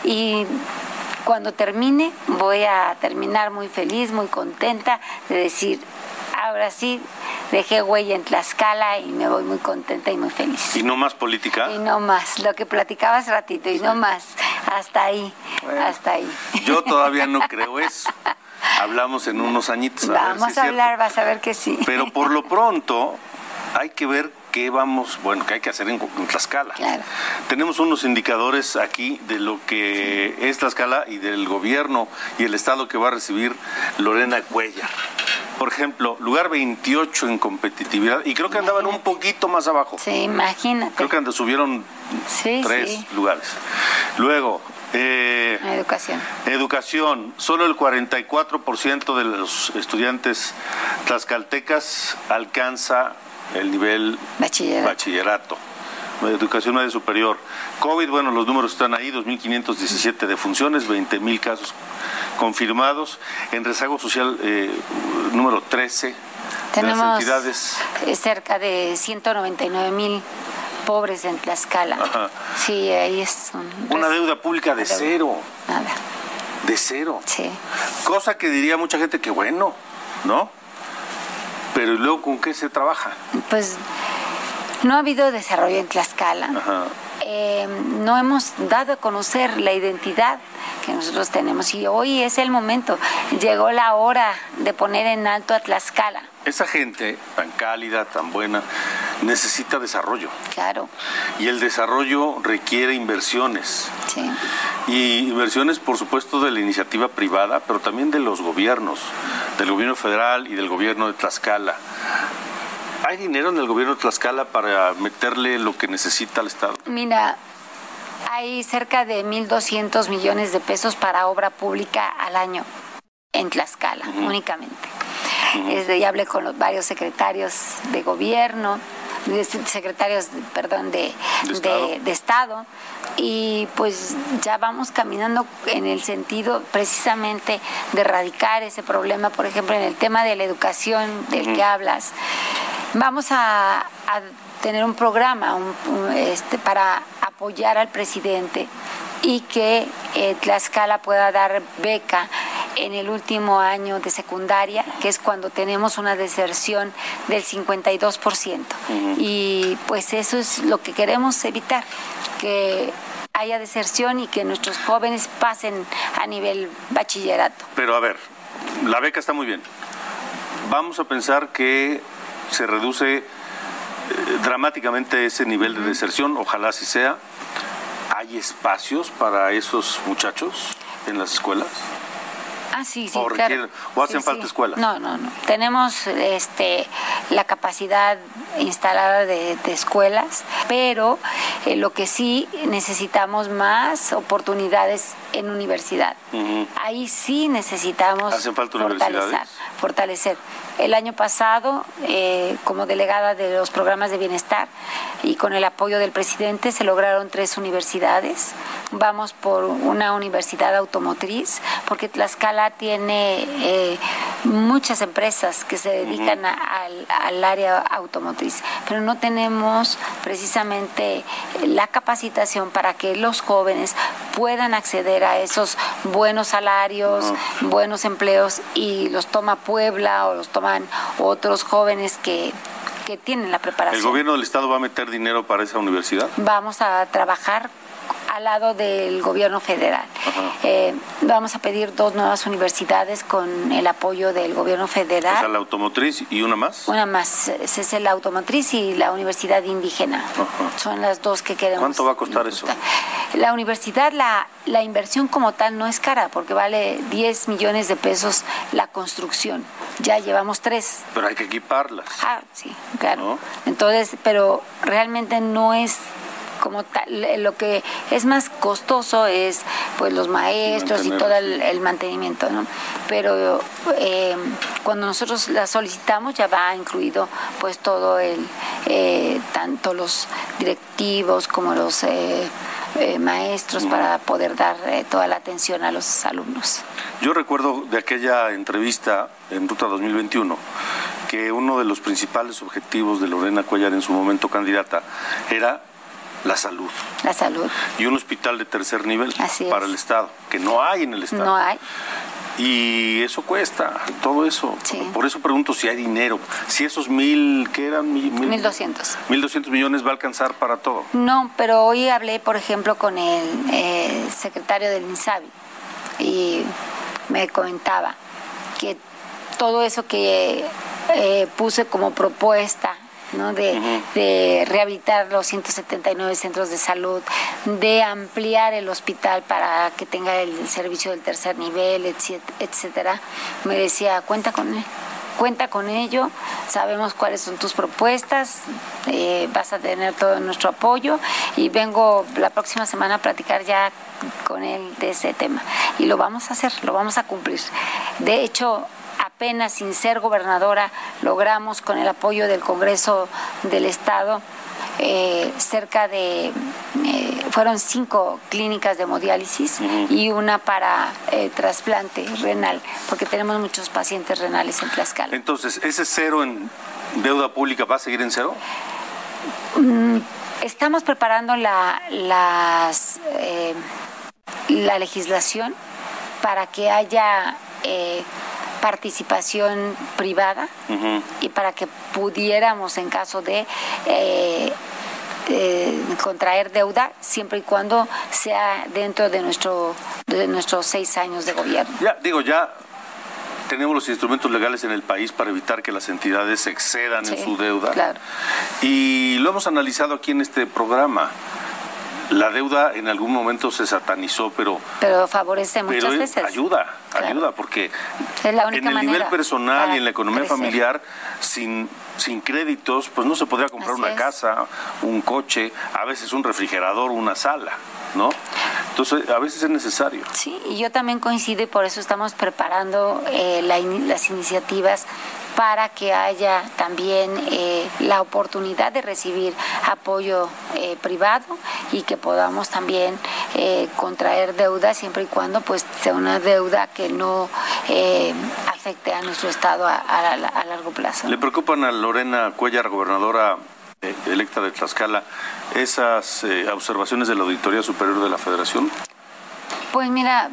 y cuando termine voy a terminar muy feliz, muy contenta de decir, ahora sí, dejé huella en Tlaxcala y me voy muy contenta y muy feliz. ¿Y no más política? Y no más, lo que platicabas ratito, y no más, hasta ahí, bueno, hasta ahí. Yo todavía no creo eso. Hablamos en unos añitos. A Vamos ver si a es hablar, cierto. vas a ver que sí. Pero por lo pronto hay que ver qué vamos, bueno, qué hay que hacer en, en Tlaxcala. Claro. Tenemos unos indicadores aquí de lo que sí. es Tlaxcala y del gobierno y el estado que va a recibir Lorena Cuéllar. Por ejemplo, lugar veintiocho en competitividad y creo que andaban un poquito más abajo. Sí, imagínate. Creo que and- subieron sí, tres sí. lugares. Luego, eh, educación. Educación. Solo el cuarenta y cuatro por ciento de los estudiantes tlaxcaltecas alcanza el nivel bachillerato. bachillerato. Educación media superior. COVID, bueno, los números están ahí, dos mil quinientas diecisiete defunciones, veinte mil casos confirmados. En rezago social, eh, número trece. Tenemos de las entidades. cerca de ciento noventa y nueve mil pobres en Tlaxcala. Ajá. Sí, ahí es un... Una deuda pública de deuda. cero. Nada. De cero. Sí. Cosa que diría mucha gente que bueno, ¿no? Pero ¿y luego con qué se trabaja? Pues no ha habido desarrollo en Tlaxcala. Ajá. Eh, no hemos dado a conocer la identidad que nosotros tenemos y hoy es el momento. Llegó la hora de poner en alto a Tlaxcala. Esa gente tan cálida, tan buena, necesita desarrollo. Claro. Y el desarrollo requiere inversiones. Sí. Y inversiones, por supuesto, de la iniciativa privada, pero también de los gobiernos, del gobierno federal y del gobierno de Tlaxcala. ¿Hay dinero en el gobierno de Tlaxcala para meterle lo que necesita el Estado? Mira, hay cerca de mil doscientos millones de pesos para obra pública al año en Tlaxcala, uh-huh. únicamente. Uh-huh. Este, ya hablé con los varios secretarios de gobierno, de secretarios, perdón, de, ¿De, estado? de, de Estado, y pues ya vamos caminando en el sentido precisamente de erradicar ese problema, por ejemplo, en el tema de la educación del uh-huh. que hablas. Vamos a, a tener un programa un, un, este, para apoyar al presidente y que eh, Tlaxcala pueda dar beca en el último año de secundaria, que es cuando tenemos una deserción del cincuenta y dos por ciento. Uh-huh. Y pues eso es lo que queremos evitar, que haya deserción y que nuestros jóvenes pasen a nivel bachillerato. Pero a ver, la beca está muy bien. Vamos a pensar que se reduce eh, dramáticamente ese nivel de deserción, ojalá así sea. ¿Hay espacios para esos muchachos en las escuelas? Ah, sí, sí, ¿O, claro. requieren, o hacen sí, falta sí. escuelas? No, no, no. Tenemos este, la capacidad instalada de, de escuelas, pero eh, lo que sí necesitamos más oportunidades en universidad. Uh-huh. Ahí sí necesitamos ¿Hacen falta fortalecer, universidades? fortalecer. El año pasado, eh, como delegada de los programas de bienestar y con el apoyo del presidente, se lograron tres universidades. Vamos por una universidad automotriz, porque Tlaxcala tiene eh, muchas empresas que se dedican uh-huh. a, al, al área automotriz, pero no tenemos precisamente la capacitación para que los jóvenes puedan acceder a esos buenos salarios, uh-huh. buenos empleos, y los toma Puebla o los toman otros jóvenes que que tienen la preparación. ¿El gobierno del Estado va a meter dinero para esa universidad? Vamos a trabajar al lado del gobierno federal. Eh, vamos a pedir dos nuevas universidades con el apoyo del gobierno federal. O sea, la automotriz y una más. Una más, esa es la automotriz y la universidad indígena. Uh-huh. Son las dos que queremos. ¿Cuánto va a costar eso? La universidad, la, la inversión como tal no es cara, porque vale diez millones de pesos la construcción. Ya llevamos tres. Pero hay que equiparlas. Ah, sí, claro. ¿No? Entonces, pero realmente no es como tal. Lo que es más costoso es pues los maestros y todo el, el mantenimiento, ¿no? Pero eh, cuando nosotros la solicitamos ya va incluido pues todo el eh, tanto los directivos como los eh, eh, maestros uh-huh. para poder dar eh, toda la atención a los alumnos. Yo recuerdo de aquella entrevista en Ruta dos mil veintiuno que uno de los principales objetivos de Lorena Cuellar, en su momento candidata, era la salud. La salud. Y un hospital de tercer nivel Así para es. el Estado, que no hay en el Estado. No hay. Y eso cuesta, todo eso. Sí. Por eso pregunto si hay dinero. Si esos mil, ¿qué eran? Mil, mil doscientos. Mil doscientos millones va a alcanzar para todo. No, pero hoy hablé, por ejemplo, con el eh, secretario del INSABI y me comentaba que todo eso que eh, puse como propuesta, ¿no? De, uh-huh. de rehabilitar los ciento setenta y nueve centros de salud, de ampliar el hospital para que tenga el servicio del tercer nivel, etcétera. Me decía, cuenta con él, cuenta con ello, sabemos cuáles son tus propuestas, eh, vas a tener todo nuestro apoyo, y vengo la próxima semana a platicar ya con él de ese tema. Y lo vamos a hacer, lo vamos a cumplir. De hecho, apenas sin ser gobernadora logramos, con el apoyo del Congreso del Estado, eh, cerca de eh, fueron cinco clínicas de hemodiálisis uh-huh. y una para eh, trasplante renal, porque tenemos muchos pacientes renales en Tlaxcala. Entonces, ¿ese cero en deuda pública va a seguir en cero? Mm, estamos preparando la las eh, la legislación para que haya eh, participación privada uh-huh. y para que pudiéramos, en caso de eh, eh, contraer deuda, siempre y cuando sea dentro de nuestro de nuestros seis años de gobierno. Ya, digo, ya tenemos los instrumentos legales en el país para evitar que las entidades se excedan sí, en su deuda. Claro. Y lo hemos analizado aquí en este programa. La deuda en algún momento se satanizó, pero... Pero favorece muchas pero veces. Ayuda, claro. ayuda, porque es la única en el nivel personal y en la economía crecer. familiar, sin, sin créditos, pues no se podría comprar Así una es. casa, un coche, a veces un refrigerador, una sala, ¿no? Entonces, a veces es necesario. Sí, y yo también coincido y por eso estamos preparando eh, la, las iniciativas para que haya también eh, la oportunidad de recibir apoyo eh, privado y que podamos también eh, contraer deuda siempre y cuando pues sea una deuda que no eh, afecte a nuestro Estado a, a, a largo plazo. ¿Le preocupan a Lorena Cuéllar, gobernadora eh, electa de Tlaxcala, esas eh, observaciones de la Auditoría Superior de la Federación? Pues mira,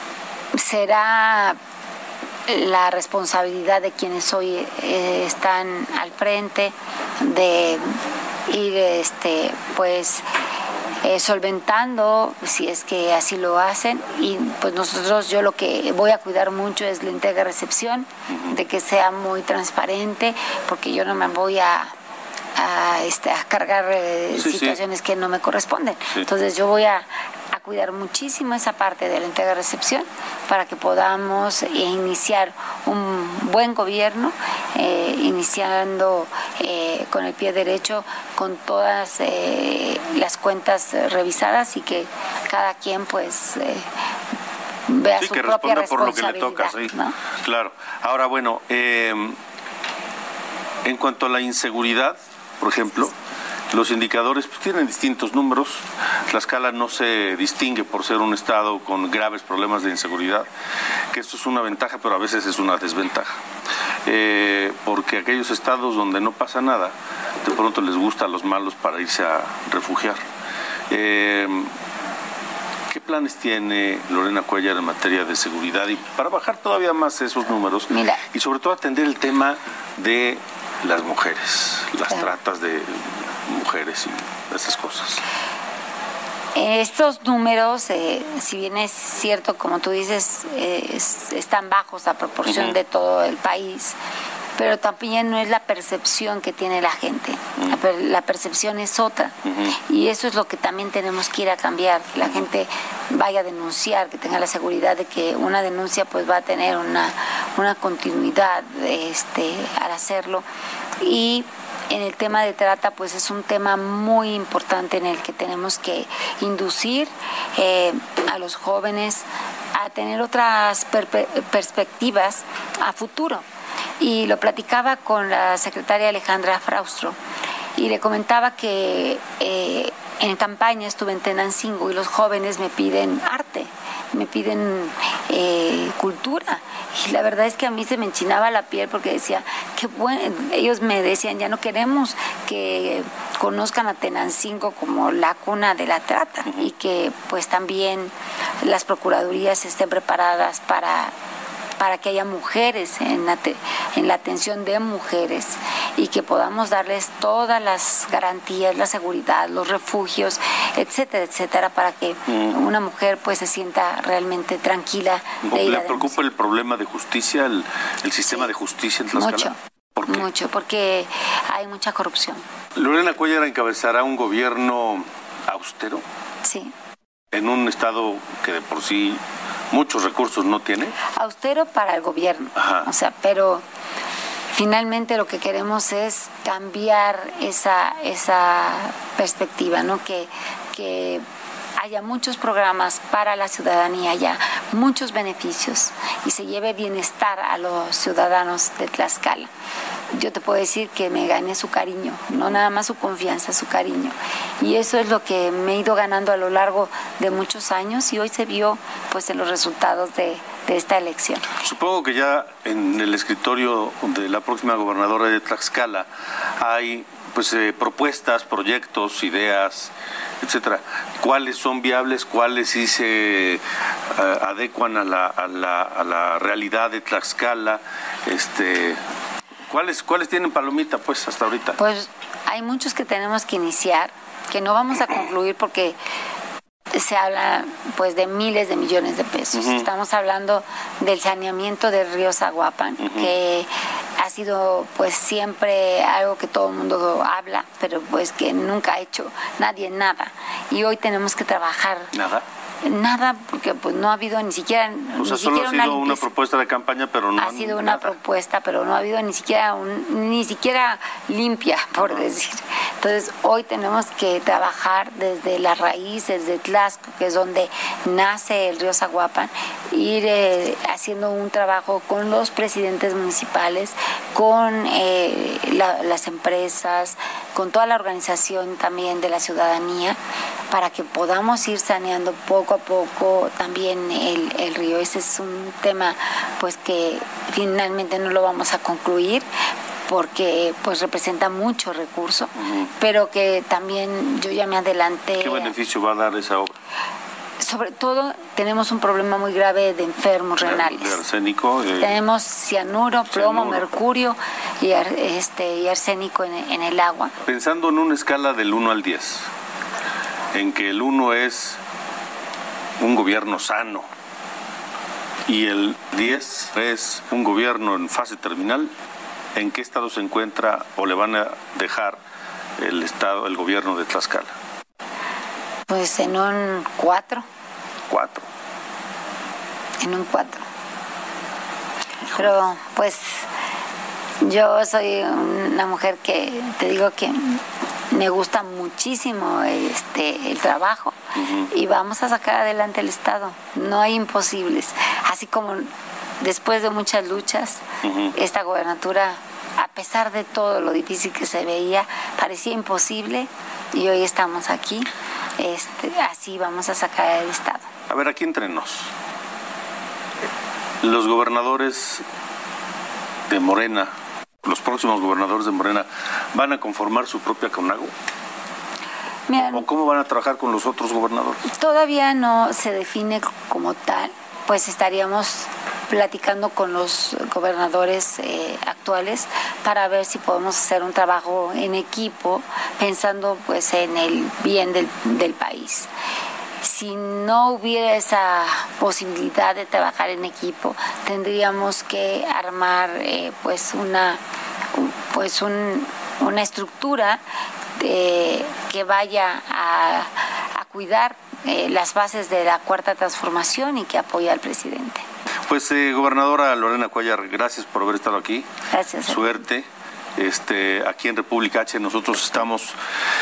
será la responsabilidad de quienes hoy eh, están al frente de ir este pues eh, solventando si es que así lo hacen, y pues nosotros, yo lo que voy a cuidar mucho es la entrega y recepción, uh-huh. de que sea muy transparente, porque yo no me voy a a, este, a cargar eh, sí, situaciones sí. que no me corresponden. Sí. Entonces yo voy a, a cuidar muchísimo esa parte de la entrega-recepción para que podamos eh, iniciar un buen gobierno, eh, iniciando eh, con el pie derecho, con todas eh, las cuentas revisadas y que cada quien pues... Eh, vea sí, su que propia responda por lo que le toca, sí. ¿no? Claro. Ahora, bueno, eh, en cuanto a la inseguridad, por ejemplo, los indicadores pues, tienen distintos números. Tlaxcala no se distingue por ser un estado con graves problemas de inseguridad, que esto es una ventaja, pero a veces es una desventaja. Eh, porque aquellos estados donde no pasa nada, de pronto les gusta a los malos para irse a refugiar. Eh, ¿Qué planes tiene Lorena Cuéllar en materia de seguridad y para bajar todavía más esos números? Mira. Y sobre todo atender el tema de las mujeres, las claro. tratas de mujeres y esas cosas? Estos números, eh, si bien es cierto, como tú dices, eh, es, están bajos a proporción uh-huh. de todo el país, pero también no es la percepción que tiene la gente. Uh-huh. La, la percepción es otra. Uh-huh. Y eso es lo que también tenemos que ir a cambiar. Que la uh-huh. gente vaya a denunciar, que tenga la seguridad de que una denuncia pues va a tener una, una continuidad este, al hacerlo. Y en el tema de trata, pues es un tema muy importante en el que tenemos que inducir eh, a los jóvenes a tener otras per- perspectivas a futuro. Y lo platicaba con la secretaria Alejandra Fraustro y le comentaba que eh, en campaña estuve en Tenancingo y los jóvenes me piden arte, me piden eh, cultura. Y la verdad es que a mí se me enchinaba la piel porque decía, qué bueno, ellos me decían, ya no queremos que conozcan a Tenancingo como la cuna de la trata uh-huh. y que pues también las procuradurías estén preparadas para... para que haya mujeres en la, te, en la atención de mujeres y que podamos darles todas las garantías, la seguridad, los refugios, etcétera, etcétera, para que mm. una mujer pues se sienta realmente tranquila de ir a ¿Le preocupa el problema de justicia, el, el sistema sí. de justicia en Tlaxcala? Mucho, ¿Por qué? mucho, porque hay mucha corrupción. ¿Lorena Cuéllar encabezará un gobierno austero? Sí. ¿En un estado que de por sí muchos recursos no tiene? Austero para el gobierno, Ajá. o sea, pero finalmente lo que queremos es cambiar esa esa perspectiva, ¿no? Que que haya muchos programas para la ciudadanía ya, muchos beneficios y se lleve bienestar a los ciudadanos de Tlaxcala. Yo te puedo decir que me gané su cariño, no nada más su confianza, su cariño. Y eso es lo que me he ido ganando a lo largo de muchos años y hoy se vio pues en los resultados de, de esta elección. Supongo que ya en el escritorio de la próxima gobernadora de Tlaxcala hay pues eh, propuestas, proyectos, ideas, etcétera. ¿Cuáles son viables? ¿Cuáles sí se eh, adecuan a la, a, la, a la realidad de Tlaxcala? Este, ¿cuáles, ¿Cuáles tienen palomita pues hasta ahorita? Pues hay muchos que tenemos que iniciar, que no vamos a concluir porque se habla pues de miles de millones de pesos. Uh-huh. Estamos hablando del saneamiento del río Zaguapan, uh-huh. que ha sido pues siempre algo que todo el mundo habla, pero pues que nunca ha hecho nadie nada. Y hoy tenemos que trabajar. ¿Nada? Nada, porque pues no ha habido ni siquiera... O sea, ni solo siquiera ha sido una, una propuesta de campaña, pero no... Ha sido una nada. propuesta, pero no ha habido ni siquiera un, ni siquiera limpia, por decir. Entonces, hoy tenemos que trabajar desde las raíces de Tlaxco, que es donde nace el río Zaguapan, ir eh, haciendo un trabajo con los presidentes municipales, con eh, la, las empresas, con toda la organización también de la ciudadanía, para que podamos ir saneando poco a poco también el, el río. Ese es un tema pues que finalmente no lo vamos a concluir porque pues representa mucho recurso, uh-huh. pero que también yo ya me adelanté. ¿Qué beneficio va a dar esa obra? Sobre todo tenemos un problema muy grave de enfermos renales. De arsénico. Eh, tenemos cianuro, plomo, cianuro. mercurio y, ar, este, y arsénico en, en el agua. Pensando en una escala del uno al diez, en que el uno es un gobierno sano y el diez es un gobierno en fase terminal, ¿en qué estado se encuentra o le van a dejar el estado, el gobierno de Tlaxcala? Pues en un cuatro. Cuatro. En un cuatro. Pero pues yo soy una mujer que te digo que me gusta muchísimo este el trabajo, uh-huh. y vamos a sacar adelante el estado. No hay imposibles. Así como después de muchas luchas, uh-huh. esta gobernatura, a pesar de todo lo difícil que se veía, parecía imposible y hoy estamos aquí. Este, así vamos a sacar el estado. A ver, aquí entre nos, los gobernadores de Morena, los próximos gobernadores de Morena, ¿van a conformar su propia CONAGO? Mira, ¿O cómo van a trabajar con los otros gobernadores? Todavía no se define como tal, pues estaríamos platicando con los gobernadores eh, actuales para ver si podemos hacer un trabajo en equipo, pensando pues en el bien del, del país. Si no hubiera esa posibilidad de trabajar en equipo, tendríamos que armar eh, pues una pues un, una estructura de, que vaya a, a cuidar eh, las bases de la Cuarta Transformación y que apoye al presidente. Pues eh, gobernadora Lorena Cuéllar, gracias por haber estado aquí. Gracias. Suerte. Este, aquí en República H nosotros estamos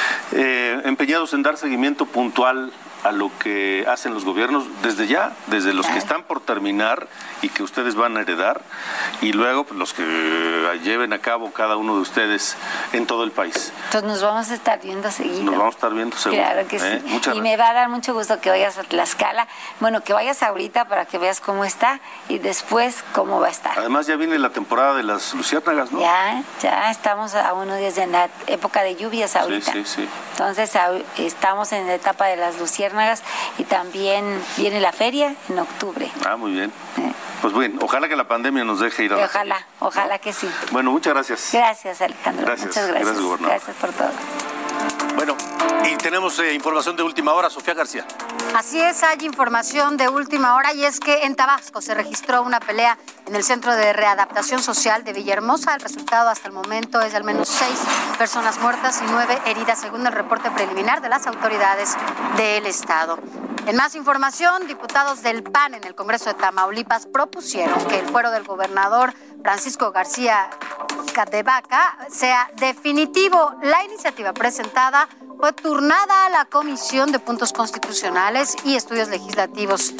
eh, empeñados en dar seguimiento puntual a lo que hacen los gobiernos desde ya, desde los que están por terminar y que ustedes van a heredar, y luego pues, los que lleven a cabo cada uno de ustedes en todo el país. Entonces nos vamos a estar viendo seguido. Nos vamos a estar viendo seguro. Claro que ¿Eh? sí. Muchas y gracias. me va a dar mucho gusto que vayas a Tlaxcala. Bueno, que vayas ahorita para que veas cómo está y después cómo va a estar. Además ya viene la temporada de las luciérnagas, ¿no? Ya, ya estamos a unos días en la época de lluvias ahorita. Sí, sí, sí. Entonces estamos en la etapa de las luciérnagas y también viene la feria en octubre. Ah, muy bien. Eh. Pues bueno, ojalá que la pandemia nos deje ir a y la Ojalá, feria, ojalá ¿no? que sí. Bueno, muchas gracias. Gracias, Alejandro. Gracias. Muchas gracias. Gracias, gobernador. Gracias por todo. Bueno, y tenemos eh, información de última hora, Sofía García. Así es, hay información de última hora y es que en Tabasco se registró una pelea en el Centro de Readaptación Social de Villahermosa. El resultado hasta el momento es de al menos seis personas muertas y nueve heridas, según el reporte preliminar de las autoridades del estado. En más información, diputados del P A N en el Congreso de Tamaulipas propusieron que el fuero del gobernador Francisco García Cabdevaca sea definitivo. La iniciativa presentada fue turnada a la Comisión de Puntos Constitucionales y Estudios Legislativos.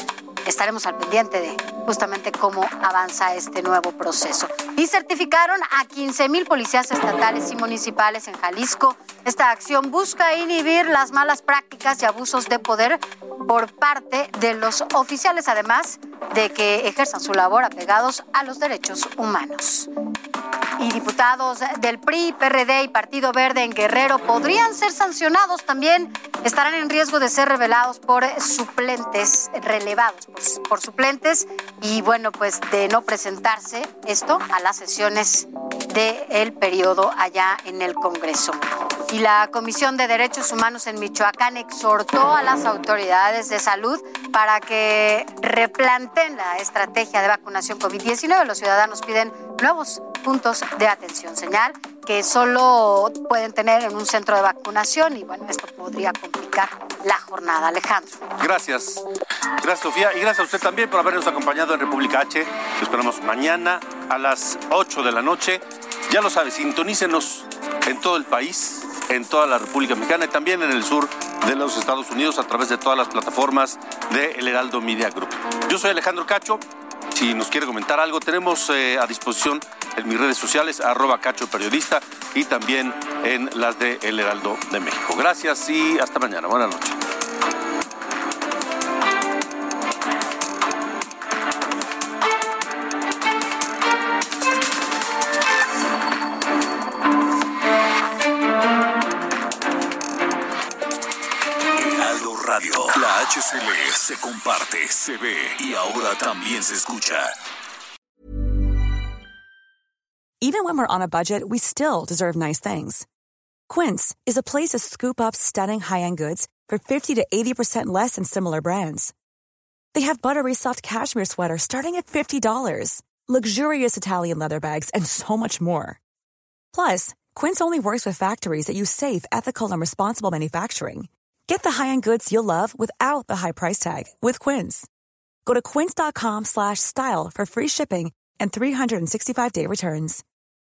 estaremos al pendiente de justamente cómo avanza este nuevo proceso. Y certificaron a quince mil policías estatales y municipales en Jalisco. Esta acción busca inhibir las malas prácticas y abusos de poder por parte de los oficiales, además de que ejerzan su labor apegados a los derechos humanos. Y diputados del P R I, P R D y Partido Verde en Guerrero podrían ser sancionados. También estarán en riesgo de ser revelados por suplentes, relevados por, por suplentes y bueno, pues de no presentarse esto a las sesiones del periodo allá en el Congreso. Y la Comisión de Derechos Humanos en Michoacán exhortó a las autoridades de salud para que replanteen la estrategia de vacunación COVID diecinueve. Los ciudadanos piden nuevos puntos de atención, señal que solo pueden tener en un centro de vacunación y bueno, esto podría complicar la jornada. Alejandro. Gracias. Gracias, Sofía. Y gracias a usted también por habernos acompañado en República H. Lo esperamos mañana a las ocho de la noche. Ya lo sabe, sintonícenos en todo el país, en toda la República Mexicana y también en el sur de los Estados Unidos a través de todas las plataformas de El Heraldo Media Group. Yo soy Alejandro Cacho. Si nos quiere comentar algo, tenemos eh, a disposición en mis redes sociales, arroba Cacho Periodista, y también en las de El Heraldo de México. Gracias y hasta mañana. Buenas noches. Heraldo Radio, la H C L se comparte, se ve y ahora también se escucha. Even when we're on a budget, we still deserve nice things. Quince is a place to scoop up stunning high-end goods for fifty to eighty percent less than similar brands. They have buttery soft cashmere sweaters starting at fifty dollars, luxurious Italian leather bags, and so much more. Plus, Quince only works with factories that use safe, ethical, and responsible manufacturing. Get the high-end goods you'll love without the high price tag with Quince. Go to quince.com slash style for free shipping and three sixty-five day returns.